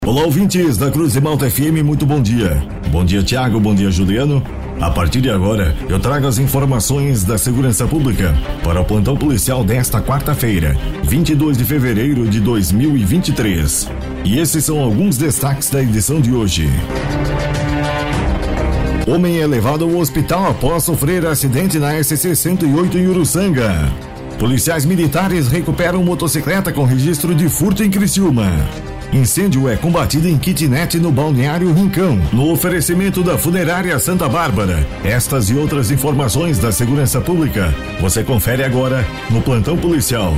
Olá, ouvintes da Cruz de Malta FM, muito bom dia. Bom dia, Tiago, bom dia, Juliano. A partir de agora, eu trago as informações da segurança pública para o plantão policial desta quarta-feira, 22 de fevereiro de 2023. E esses são alguns destaques da edição de hoje. Homem é levado ao hospital após sofrer acidente na SC-108 em Uruçanga. Policiais militares recuperam motocicleta com registro de furto em Criciúma. Incêndio é combatido em kitnet no Balneário Rincão, no oferecimento da Funerária Santa Bárbara. Estas e outras informações da segurança pública você confere agora no Plantão Policial.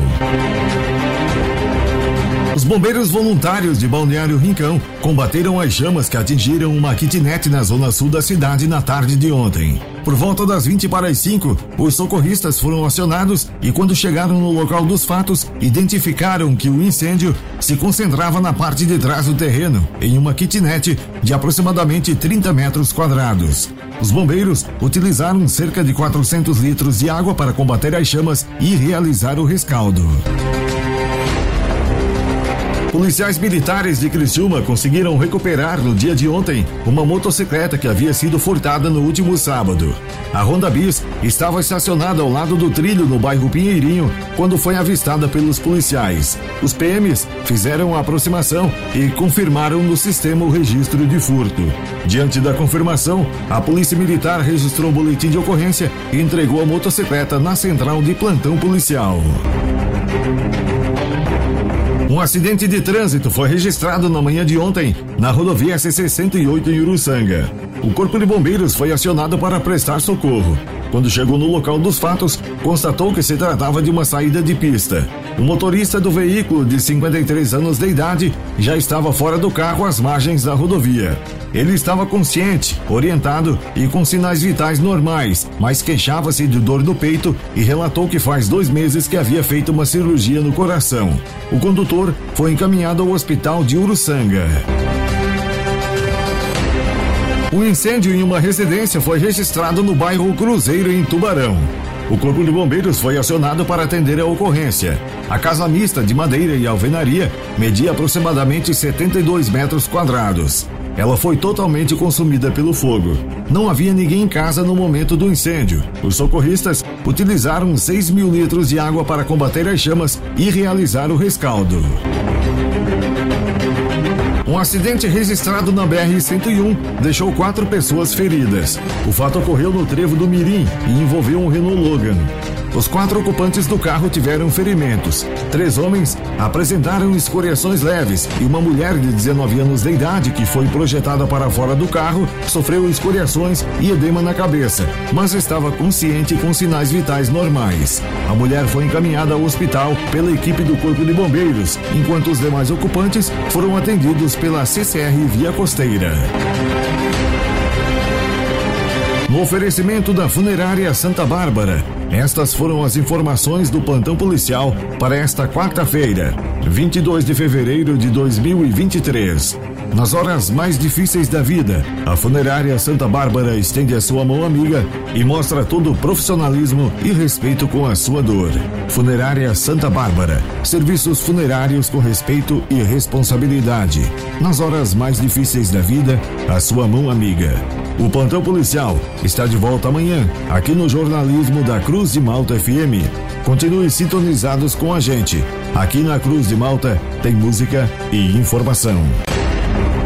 Os bombeiros voluntários de Balneário Rincão combateram as chamas que atingiram uma kitnet na zona sul da cidade na tarde de ontem. Por volta das 20:05, os socorristas foram acionados e, quando chegaram no local dos fatos, identificaram que o incêndio se concentrava na parte de trás do terreno, em uma kitnet de aproximadamente 30 metros quadrados. Os bombeiros utilizaram cerca de 400 litros de água para combater as chamas e realizar o rescaldo. Policiais militares de Criciúma conseguiram recuperar no dia de ontem uma motocicleta que havia sido furtada no último sábado. A Honda Bis estava estacionada ao lado do trilho no bairro Pinheirinho quando foi avistada pelos policiais. Os PMs fizeram a aproximação e confirmaram no sistema o registro de furto. Diante da confirmação, a Polícia Militar registrou o boletim de ocorrência e entregou a motocicleta na central de plantão policial. Um acidente de trânsito foi registrado na manhã de ontem na rodovia SC-108 em Uruçanga. O Corpo de Bombeiros foi acionado para prestar socorro. Quando chegou no local dos fatos, constatou que se tratava de uma saída de pista. O motorista do veículo, de 53 anos de idade, já estava fora do carro às margens da rodovia. Ele estava consciente, orientado e com sinais vitais normais, mas queixava-se de dor no peito e relatou que faz 2 meses que havia feito uma cirurgia no coração. O condutor foi encaminhado ao hospital de Uruçanga. Um incêndio em uma residência foi registrado no bairro Cruzeiro, em Tubarão. O Corpo de Bombeiros foi acionado para atender a ocorrência. A casa mista de madeira e alvenaria media aproximadamente 72 metros quadrados. Ela foi totalmente consumida pelo fogo. Não havia ninguém em casa no momento do incêndio. Os socorristas utilizaram 6.000 litros de água para combater as chamas e realizar o rescaldo. Um acidente registrado na BR-101 deixou 4 pessoas feridas. O fato ocorreu no trevo do Mirim e envolveu um Renault Logan. Os 4 ocupantes do carro tiveram ferimentos. 3 homens apresentaram escoriações leves e uma mulher de 19 anos de idade, que foi projetada para fora do carro, sofreu escoriações e edema na cabeça, mas estava consciente e com sinais vitais normais. A mulher foi encaminhada ao hospital pela equipe do Corpo de Bombeiros, enquanto os demais ocupantes foram atendidos pela CCR Via Costeira. No oferecimento da Funerária Santa Bárbara, estas foram as informações do plantão policial para esta quarta-feira, 22 de fevereiro de 2023. Nas horas mais difíceis da vida, a Funerária Santa Bárbara estende a sua mão amiga e mostra todo o profissionalismo e respeito com a sua dor. Funerária Santa Bárbara. Serviços funerários com respeito e responsabilidade. Nas horas mais difíceis da vida, a sua mão amiga. O plantão policial está de volta amanhã, aqui no jornalismo da Cruz de Malta FM. Continue sintonizados com a gente. Aqui na Cruz de Malta tem música e informação.